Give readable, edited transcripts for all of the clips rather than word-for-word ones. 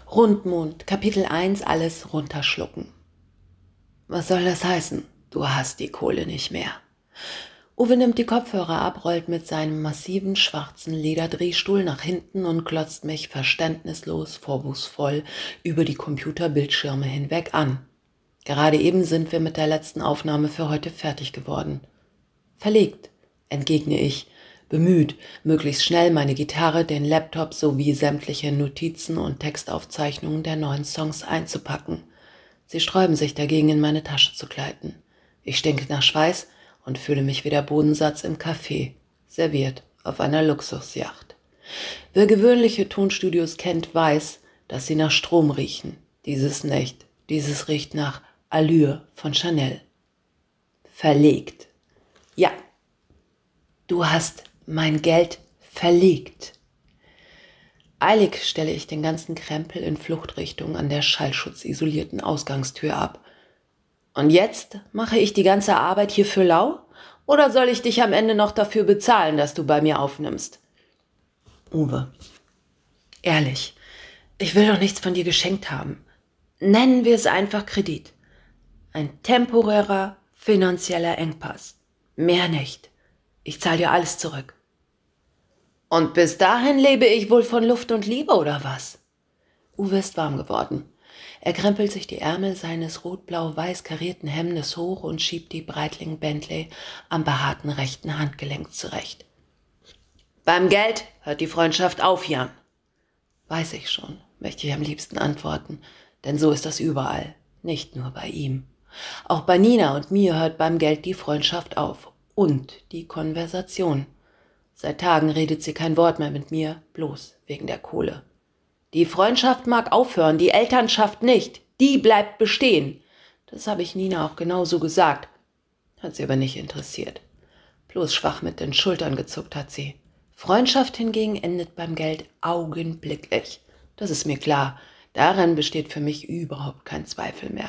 Rundmond, Kapitel 1, alles runterschlucken. Was soll das heißen? Du hast die Kohle nicht mehr. Uwe nimmt die Kopfhörer ab, rollt mit seinem massiven schwarzen Lederdrehstuhl nach hinten und glotzt mich verständnislos, vorwurfsvoll über die Computerbildschirme hinweg an. Gerade eben sind wir mit der letzten Aufnahme für heute fertig geworden. Verlegt, entgegne ich, bemüht, möglichst schnell meine Gitarre, den Laptop sowie sämtliche Notizen und Textaufzeichnungen der neuen Songs einzupacken. Sie sträuben sich dagegen, in meine Tasche zu gleiten. Ich stinke nach Schweiß und fühle mich wie der Bodensatz im Café, serviert auf einer Luxusjacht. Wer gewöhnliche Tonstudios kennt, weiß, dass sie nach Strom riechen. Dieses nicht. Dieses riecht nach Allure von Chanel. Verlegt. Ja, du hast mein Geld verlegt. Eilig stelle ich den ganzen Krempel in Fluchtrichtung an der schallschutzisolierten Ausgangstür ab. Und jetzt mache ich die ganze Arbeit hier für lau? Oder soll ich dich am Ende noch dafür bezahlen, dass du bei mir aufnimmst? Uwe. Ehrlich, ich will doch nichts von dir geschenkt haben. Nennen wir es einfach Kredit. Ein temporärer finanzieller Engpass. Mehr nicht. Ich zahle dir alles zurück. Und bis dahin lebe ich wohl von Luft und Liebe, oder was? Uwe ist warm geworden. Er krempelt sich die Ärmel seines rot-blau-weiß karierten Hemdes hoch und schiebt die Breitling Bentley am behaarten rechten Handgelenk zurecht. Beim Geld hört die Freundschaft auf, Jan. Weiß ich schon, möchte ich am liebsten antworten, denn so ist das überall, nicht nur bei ihm. Auch bei Nina und mir hört beim Geld die Freundschaft auf und die Konversation. Seit Tagen redet sie kein Wort mehr mit mir, bloß wegen der Kohle. Die Freundschaft mag aufhören, die Elternschaft nicht. Die bleibt bestehen. Das habe ich Nina auch genauso gesagt. Hat sie aber nicht interessiert. Bloß schwach mit den Schultern gezuckt hat sie. Freundschaft hingegen endet beim Geld augenblicklich. Das ist mir klar. Daran besteht für mich überhaupt kein Zweifel mehr.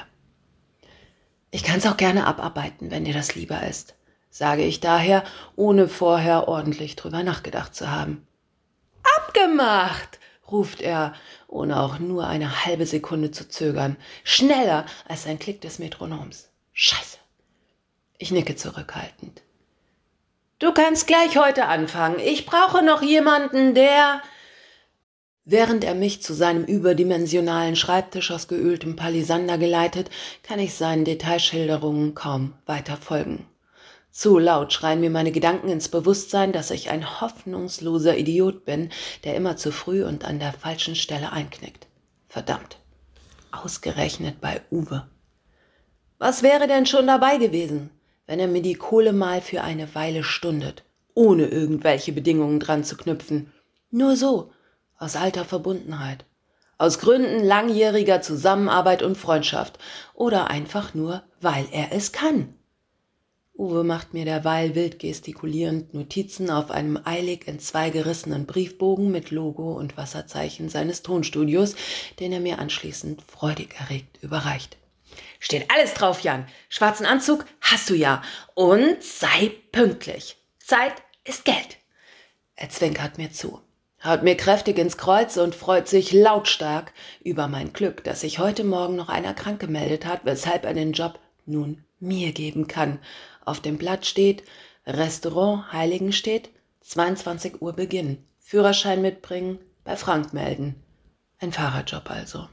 Ich kann es auch gerne abarbeiten, wenn dir das lieber ist, sage ich daher, ohne vorher ordentlich drüber nachgedacht zu haben. Abgemacht! Ruft er, ohne auch nur eine halbe Sekunde zu zögern, schneller als ein Klick des Metronoms. Scheiße. Ich nicke zurückhaltend. Du kannst gleich heute anfangen. Ich brauche noch jemanden, der... Während er mich zu seinem überdimensionalen Schreibtisch aus geöltem Palisander geleitet, kann ich seinen Detailschilderungen kaum weiter folgen. Zu laut schreien mir meine Gedanken ins Bewusstsein, dass ich ein hoffnungsloser Idiot bin, der immer zu früh und an der falschen Stelle einknickt. Verdammt. Ausgerechnet bei Uwe. Was wäre denn schon dabei gewesen, wenn er mir die Kohle mal für eine Weile stundet, ohne irgendwelche Bedingungen dran zu knüpfen? Nur so, aus alter Verbundenheit. Aus Gründen langjähriger Zusammenarbeit und Freundschaft. Oder einfach nur, weil er es kann. Uwe macht mir derweil wild gestikulierend Notizen auf einem eilig in zwei gerissenen Briefbogen mit Logo und Wasserzeichen seines Tonstudios, den er mir anschließend freudig erregt überreicht. Steht alles drauf, Jan. Schwarzen Anzug hast du ja. Und sei pünktlich. Zeit ist Geld. Er zwinkert mir zu, haut mir kräftig ins Kreuz und freut sich lautstark über mein Glück, dass sich heute Morgen noch einer krank gemeldet hat, weshalb er den Job nun mir geben kann. Auf dem Blatt steht, Restaurant Heiligenstedt, 22 Uhr Beginn. Führerschein mitbringen, bei Frank melden. Ein Fahrerjob also.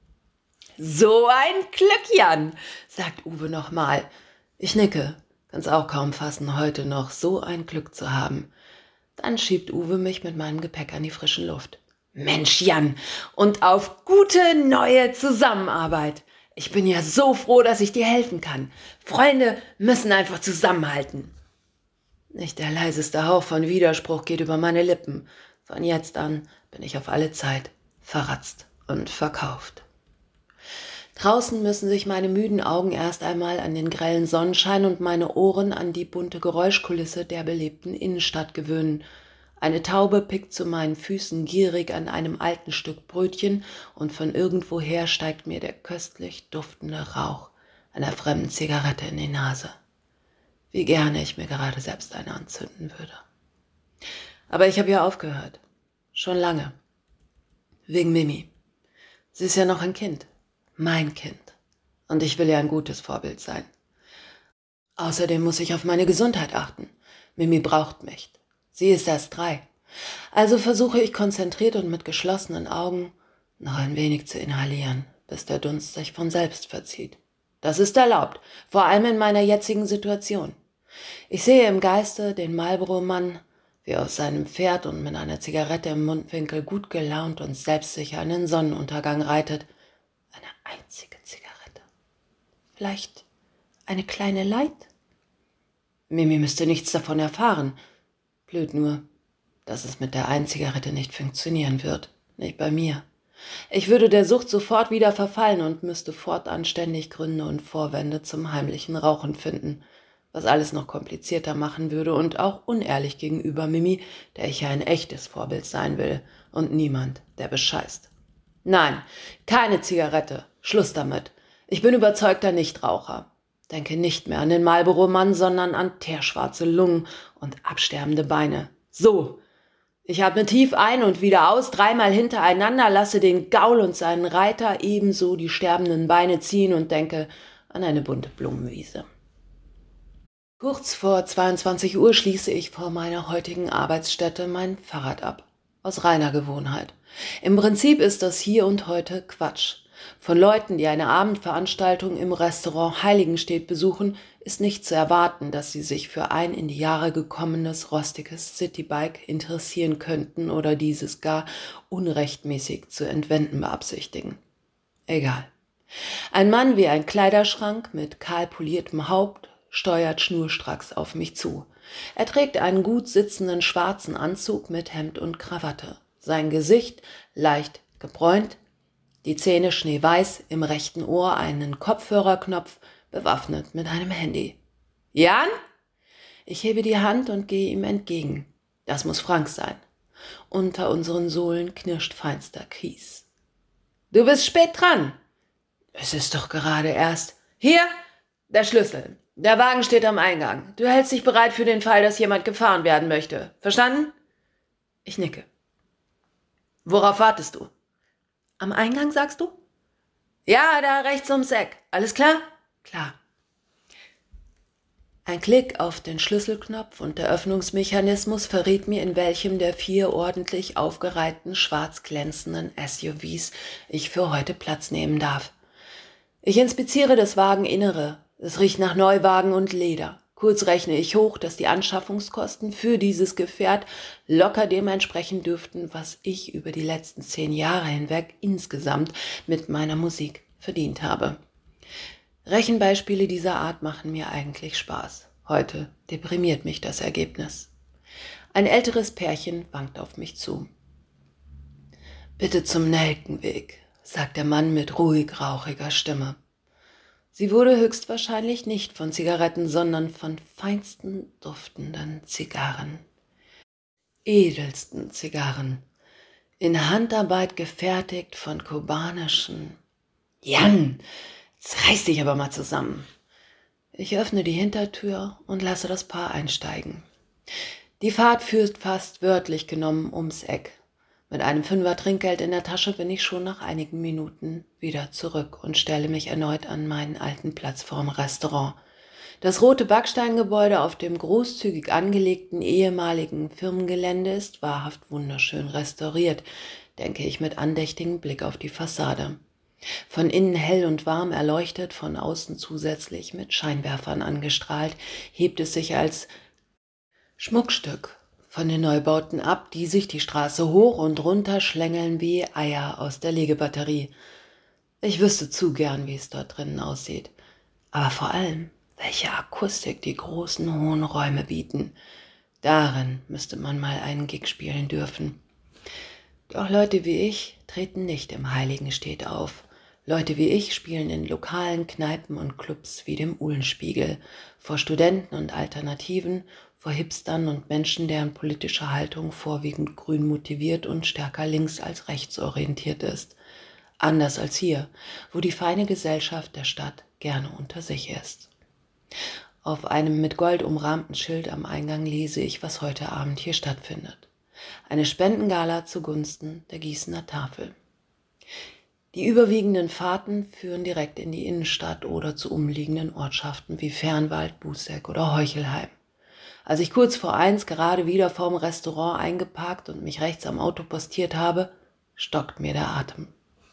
So ein Glück, Jan, sagt Uwe nochmal. Ich nicke, kann's auch kaum fassen, heute noch so ein Glück zu haben. Dann schiebt Uwe mich mit meinem Gepäck an die frische Luft. Mensch, Jan, und auf gute neue Zusammenarbeit. Ich bin ja so froh, dass ich dir helfen kann. Freunde müssen einfach zusammenhalten. Nicht der leiseste Hauch von Widerspruch geht über meine Lippen. Von jetzt an bin ich auf alle Zeit verratzt und verkauft. Draußen müssen sich meine müden Augen erst einmal an den grellen Sonnenschein und meine Ohren an die bunte Geräuschkulisse der belebten Innenstadt gewöhnen. Eine Taube pickt zu meinen Füßen gierig an einem alten Stück Brötchen und von irgendwoher steigt mir der köstlich duftende Rauch einer fremden Zigarette in die Nase. Wie gerne ich mir gerade selbst eine anzünden würde. Aber ich habe ja aufgehört. Schon lange. Wegen Mimi. Sie ist ja noch ein Kind. Mein Kind. Und ich will ja ein gutes Vorbild sein. Außerdem muss ich auf meine Gesundheit achten. Mimi braucht mich. Sie ist erst 3. Also versuche ich konzentriert und mit geschlossenen Augen noch ein wenig zu inhalieren, bis der Dunst sich von selbst verzieht. Das ist erlaubt, vor allem in meiner jetzigen Situation. Ich sehe im Geiste den Marlboro-Mann, wie er aus seinem Pferd und mit einer Zigarette im Mundwinkel gut gelaunt und selbstsicher in den Sonnenuntergang reitet. Eine einzige Zigarette. Vielleicht eine kleine Light? Mimi müsste nichts davon erfahren. Blöd nur, dass es mit der einen Zigarette nicht funktionieren wird. Nicht bei mir. Ich würde der Sucht sofort wieder verfallen und müsste fortan ständig Gründe und Vorwände zum heimlichen Rauchen finden, was alles noch komplizierter machen würde und auch unehrlich gegenüber Mimi, der ich ja ein echtes Vorbild sein will und niemand, der bescheißt. Nein, keine Zigarette. Schluss damit. Ich bin überzeugter Nichtraucher. Denke nicht mehr an den Marlboro-Mann, sondern an teerschwarze Lungen und absterbende Beine. So. Ich atme tief ein und wieder aus, 3-mal hintereinander, lasse den Gaul und seinen Reiter ebenso die sterbenden Beine ziehen und denke an eine bunte Blumenwiese. Kurz vor 22 Uhr schließe ich vor meiner heutigen Arbeitsstätte mein Fahrrad ab. Aus reiner Gewohnheit. Im Prinzip ist das hier und heute Quatsch. Von Leuten, die eine Abendveranstaltung im Restaurant Heiligenstedt besuchen, ist nicht zu erwarten, dass sie sich für ein in die Jahre gekommenes, rostiges Citybike interessieren könnten oder dieses gar unrechtmäßig zu entwenden beabsichtigen. Egal. Ein Mann wie ein Kleiderschrank mit kahl poliertem Haupt steuert schnurstracks auf mich zu. Er trägt einen gut sitzenden schwarzen Anzug mit Hemd und Krawatte. Sein Gesicht leicht gebräunt, die Zähne schneeweiß, im rechten Ohr einen Kopfhörerknopf, bewaffnet mit einem Handy. »Jan?« Ich hebe die Hand und gehe ihm entgegen. Das muss Frank sein. Unter unseren Sohlen knirscht feinster Kies. »Du bist spät dran.« »Es ist doch gerade erst.« »Hier, der Schlüssel. Der Wagen steht am Eingang. Du hältst dich bereit für den Fall, dass jemand gefahren werden möchte. Verstanden?« Ich nicke. »Worauf wartest du?« »Am Eingang, sagst du?« »Ja, da rechts ums Eck. Alles klar?« »Klar.« Ein Klick auf den Schlüsselknopf und der Öffnungsmechanismus verriet mir, in welchem der 4 ordentlich aufgereihten, schwarz glänzenden SUVs ich für heute Platz nehmen darf. Ich inspiziere das Wageninnere. Es riecht nach Neuwagen und Leder. Kurz rechne ich hoch, dass die Anschaffungskosten für dieses Gefährt locker dementsprechend dürften, was ich über die letzten 10 Jahre hinweg insgesamt mit meiner Musik verdient habe. Rechenbeispiele dieser Art machen mir eigentlich Spaß. Heute deprimiert mich das Ergebnis. Ein älteres Pärchen wankt auf mich zu. »Bitte zum Nelkenweg«, sagt der Mann mit ruhig rauchiger Stimme. Sie wurde höchstwahrscheinlich nicht von Zigaretten, sondern von feinsten duftenden Zigarren. Edelsten Zigarren, in Handarbeit gefertigt von kubanischen... »Jan, jetzt reiß dich aber mal zusammen!« Ich öffne die Hintertür und lasse das Paar einsteigen. Die Fahrt führt fast wörtlich genommen ums Eck. Mit einem 5er Trinkgeld in der Tasche bin ich schon nach einigen Minuten wieder zurück und stelle mich erneut an meinen alten Platz vorm Restaurant. Das rote Backsteingebäude auf dem großzügig angelegten ehemaligen Firmengelände ist wahrhaft wunderschön restauriert, denke ich mit andächtigem Blick auf die Fassade. Von innen hell und warm erleuchtet, von außen zusätzlich mit Scheinwerfern angestrahlt, hebt es sich als Schmuckstück von den Neubauten ab, die sich die Straße hoch und runter schlängeln wie Eier aus der Legebatterie. Ich wüsste zu gern, wie es dort drinnen aussieht. Aber vor allem, welche Akustik die großen, hohen Räume bieten. Darin müsste man mal einen Gig spielen dürfen. Doch Leute wie ich treten nicht im Heiligenstedt auf. Leute wie ich spielen in lokalen Kneipen und Clubs wie dem Uhlenspiegel, vor Studenten und Alternativen, vor Hipstern und Menschen, deren politische Haltung vorwiegend grün motiviert und stärker links als rechts orientiert ist. Anders als hier, wo die feine Gesellschaft der Stadt gerne unter sich ist. Auf einem mit Gold umrahmten Schild am Eingang lese ich, was heute Abend hier stattfindet. Eine Spendengala zugunsten der Gießener Tafel. Die überwiegenden Fahrten führen direkt in die Innenstadt oder zu umliegenden Ortschaften wie Fernwald, Buseck oder Heuchelheim. Als ich kurz vor 1 gerade wieder vorm Restaurant eingeparkt und mich rechts am Auto postiert habe, stockt mir der Atem.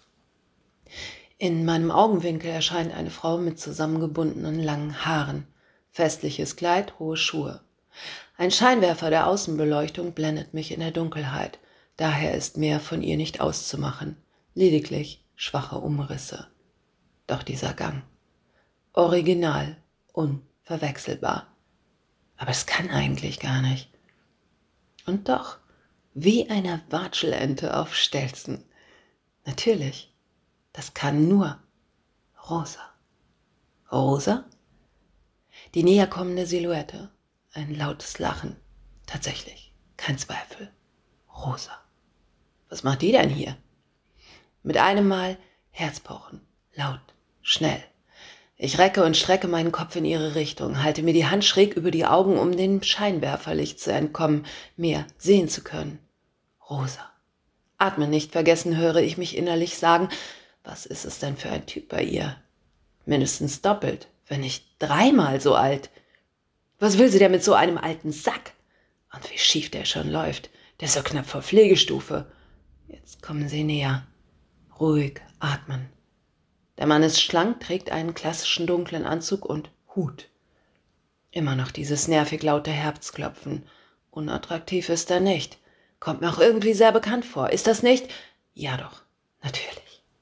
In meinem Augenwinkel erscheint eine Frau mit zusammengebundenen langen Haaren, festliches Kleid, hohe Schuhe. Ein Scheinwerfer der Außenbeleuchtung blendet mich in der Dunkelheit, daher ist mehr von ihr nicht auszumachen, lediglich schwache Umrisse. Doch dieser Gang, original, unverwechselbar. Aber es kann eigentlich gar nicht. Und doch, wie eine Watschelente auf Stelzen. Natürlich, das kann nur Rosa. Rosa? Die näher kommende Silhouette, ein lautes Lachen. Tatsächlich, kein Zweifel. Rosa. Was macht die denn hier? Mit einem Mal Herzpochen, laut, schnell. Ich recke und strecke meinen Kopf in ihre Richtung, halte mir die Hand schräg über die Augen, um dem Scheinwerferlicht zu entkommen, mehr sehen zu können. Rosa. Atmen nicht vergessen, höre ich mich innerlich sagen, was ist es denn für ein Typ bei ihr? Mindestens doppelt, wenn nicht 3-mal so alt. Was will sie denn mit so einem alten Sack? Und wie schief der schon läuft. Der ist so knapp vor Pflegestufe. Jetzt kommen sie näher. Ruhig atmen. Der Mann ist schlank, trägt einen klassischen dunklen Anzug und Hut. Immer noch dieses nervig laute Herzklopfen. Unattraktiv ist er nicht. Kommt mir auch irgendwie sehr bekannt vor. Ist das nicht? Ja doch, natürlich.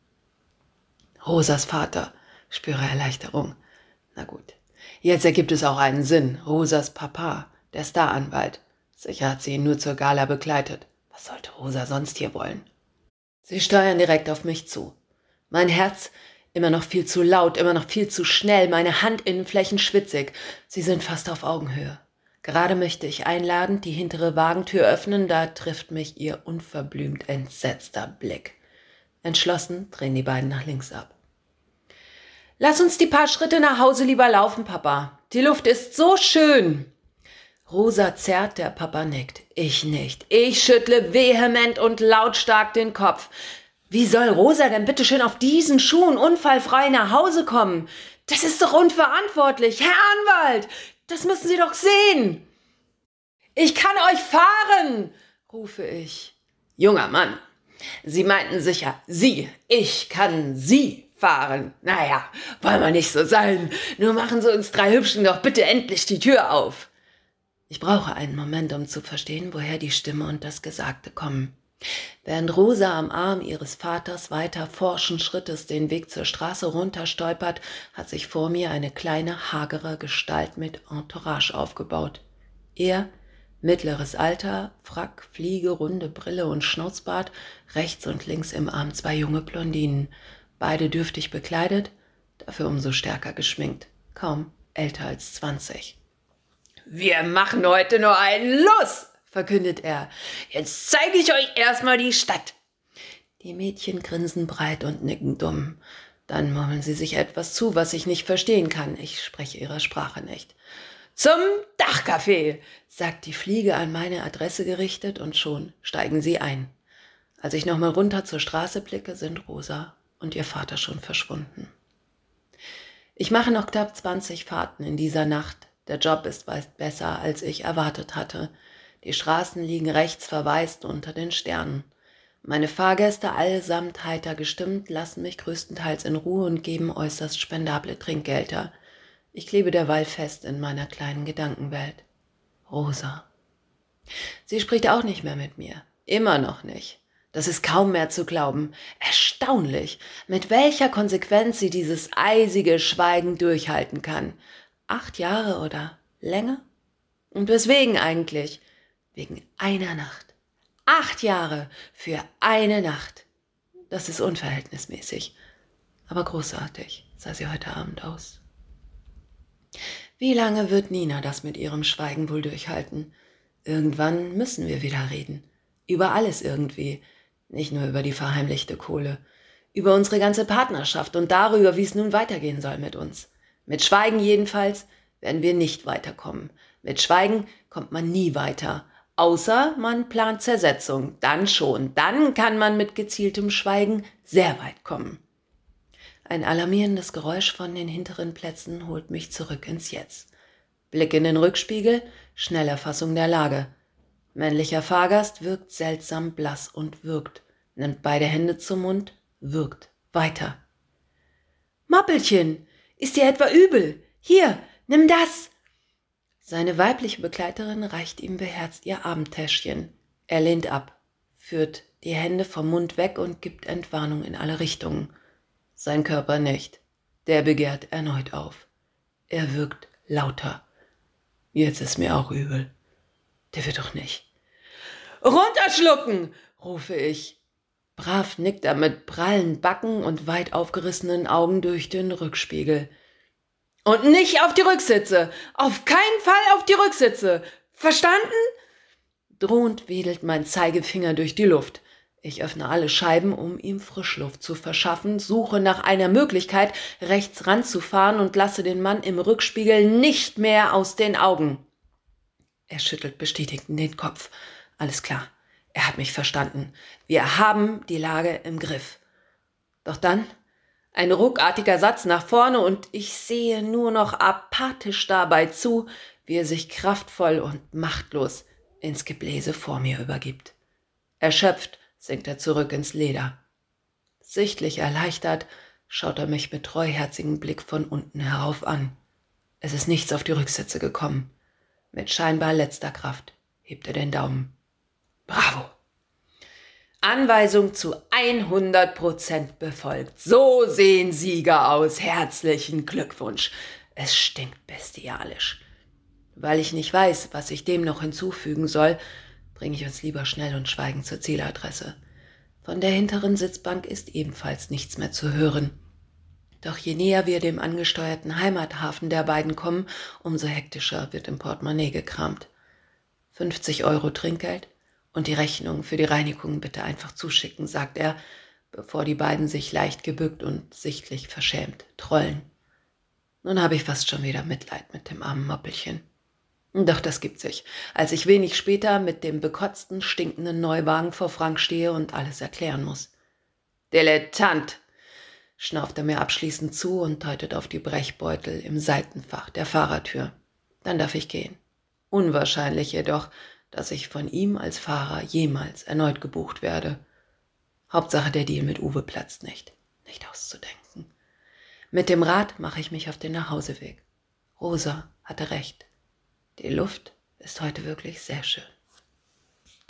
Rosas Vater, spüre Erleichterung. Na gut, jetzt ergibt es auch einen Sinn. Rosas Papa, der Staranwalt. Sicher hat sie ihn nur zur Gala begleitet. Was sollte Rosa sonst hier wollen? Sie steuern direkt auf mich zu. Mein Herz immer noch viel zu laut, immer noch viel zu schnell, meine Handinnenflächen schwitzig. Sie sind fast auf Augenhöhe. Gerade möchte ich einladend die hintere Wagentür öffnen, da trifft mich ihr unverblümt entsetzter Blick. Entschlossen drehen die beiden nach links ab. Lass uns die paar Schritte nach Hause lieber laufen, Papa. Die Luft ist so schön. Rosa zerrt, der Papa nickt. Ich nicht. Ich schüttle vehement und lautstark den Kopf. Wie soll Rosa denn bitte schön auf diesen Schuhen unfallfrei nach Hause kommen? Das ist doch unverantwortlich. Herr Anwalt, das müssen Sie doch sehen. Ich kann euch fahren, rufe ich. Junger Mann, Sie meinten sicher Sie. Ich kann Sie fahren. Naja, wollen wir nicht so sein. Nur machen Sie uns 3 Hübschen doch bitte endlich die Tür auf. Ich brauche einen Moment, um zu verstehen, woher die Stimme und das Gesagte kommen. Während Rosa am Arm ihres Vaters weiter forschen Schrittes den Weg zur Straße runterstolpert, hat sich vor mir eine kleine, hagere Gestalt mit Entourage aufgebaut. Er, mittleres Alter, Frack, Fliege, runde Brille und Schnauzbart, rechts und links im Arm 2 junge Blondinen, beide dürftig bekleidet, dafür umso stärker geschminkt, kaum älter als 20. »Wir machen heute nur einen Los«, verkündet er. »Jetzt zeige ich euch erstmal die Stadt.« Die Mädchen grinsen breit und nicken dumm. Dann murmeln sie sich etwas zu, was ich nicht verstehen kann. Ich spreche ihre Sprache nicht. »Zum Dachcafé«, sagt die Fliege an meine Adresse gerichtet, und schon steigen sie ein. Als ich nochmal runter zur Straße blicke, sind Rosa und ihr Vater schon verschwunden. Ich mache noch knapp 20 Fahrten in dieser Nacht. Der Job ist weit besser, als ich erwartet hatte. Die Straßen liegen rechts verwaist unter den Sternen. Meine Fahrgäste, allesamt heiter gestimmt, lassen mich größtenteils in Ruhe und geben äußerst spendable Trinkgelder. Ich klebe derweil fest in meiner kleinen Gedankenwelt. Rosa. Sie spricht auch nicht mehr mit mir. Immer noch nicht. Das ist kaum mehr zu glauben. Erstaunlich, mit welcher Konsequenz sie dieses eisige Schweigen durchhalten kann. 8 Jahre oder länger? Und weswegen eigentlich? Wegen einer Nacht. 8 Jahre für eine Nacht. Das ist unverhältnismäßig. Aber großartig sah sie heute Abend aus. Wie lange wird Nina das mit ihrem Schweigen wohl durchhalten? Irgendwann müssen wir wieder reden. Über alles irgendwie. Nicht nur über die verheimlichte Kohle. Über unsere ganze Partnerschaft und darüber, wie es nun weitergehen soll mit uns. Mit Schweigen jedenfalls werden wir nicht weiterkommen. Mit Schweigen kommt man nie weiter. Außer man plant Zersetzung, dann schon, dann kann man mit gezieltem Schweigen sehr weit kommen. Ein alarmierendes Geräusch von den hinteren Plätzen holt mich zurück ins Jetzt. Blick in den Rückspiegel, Schnellerfassung der Lage. Männlicher Fahrgast wirkt seltsam blass und würgt, nimmt beide Hände zum Mund, würgt weiter. »Moppelchen, ist dir etwa übel? Hier, nimm das!« Seine weibliche Begleiterin reicht ihm beherzt ihr Abendtäschchen. Er lehnt ab, führt die Hände vom Mund weg und gibt Entwarnung in alle Richtungen. Sein Körper nicht. Der begehrt erneut auf. Er wirkt lauter. Jetzt ist mir auch übel. Der wird doch nicht. »Runterschlucken«, rufe ich. Brav nickt er mit prallen Backen und weit aufgerissenen Augen durch den Rückspiegel. »Und nicht auf die Rücksitze! Auf keinen Fall auf die Rücksitze! Verstanden?« Drohend wedelt mein Zeigefinger durch die Luft. Ich öffne alle Scheiben, um ihm Frischluft zu verschaffen, suche nach einer Möglichkeit, rechts ranzufahren und lasse den Mann im Rückspiegel nicht mehr aus den Augen. Er schüttelt bestätigend den Kopf. Alles klar, er hat mich verstanden. Wir haben die Lage im Griff. Doch dann ein ruckartiger Satz nach vorne und ich sehe nur noch apathisch dabei zu, wie er sich kraftvoll und machtlos ins Gebläse vor mir übergibt. Erschöpft sinkt er zurück ins Leder. Sichtlich erleichtert schaut er mich mit treuherzigem Blick von unten herauf an. Es ist nichts auf die Rücksitze gekommen. Mit scheinbar letzter Kraft hebt er den Daumen. Bravo! Anweisung zu 100% befolgt. So sehen Sieger aus. Herzlichen Glückwunsch. Es stinkt bestialisch. Weil ich nicht weiß, was ich dem noch hinzufügen soll, bringe ich uns lieber schnell und schweigend zur Zieladresse. Von der hinteren Sitzbank ist ebenfalls nichts mehr zu hören. Doch je näher wir dem angesteuerten Heimathafen der beiden kommen, umso hektischer wird im Portemonnaie gekramt. 50 € Trinkgeld und die Rechnung für die Reinigung bitte einfach zuschicken, sagt er, bevor die beiden sich leicht gebückt und sichtlich verschämt trollen. Nun habe ich fast schon wieder Mitleid mit dem armen Moppelchen. Doch das gibt sich, als ich wenig später mit dem bekotzten, stinkenden Neuwagen vor Frank stehe und alles erklären muss. »Dilettant«, schnauft er mir abschließend zu und deutet auf die Brechbeutel im Seitenfach der Fahrertür. Dann darf ich gehen. Unwahrscheinlich jedoch, dass ich von ihm als Fahrer jemals erneut gebucht werde. Hauptsache der Deal mit Uwe platzt nicht. Nicht auszudenken. Mit dem Rad mache ich mich auf den Nachhauseweg. Rosa hatte recht. Die Luft ist heute wirklich sehr schön.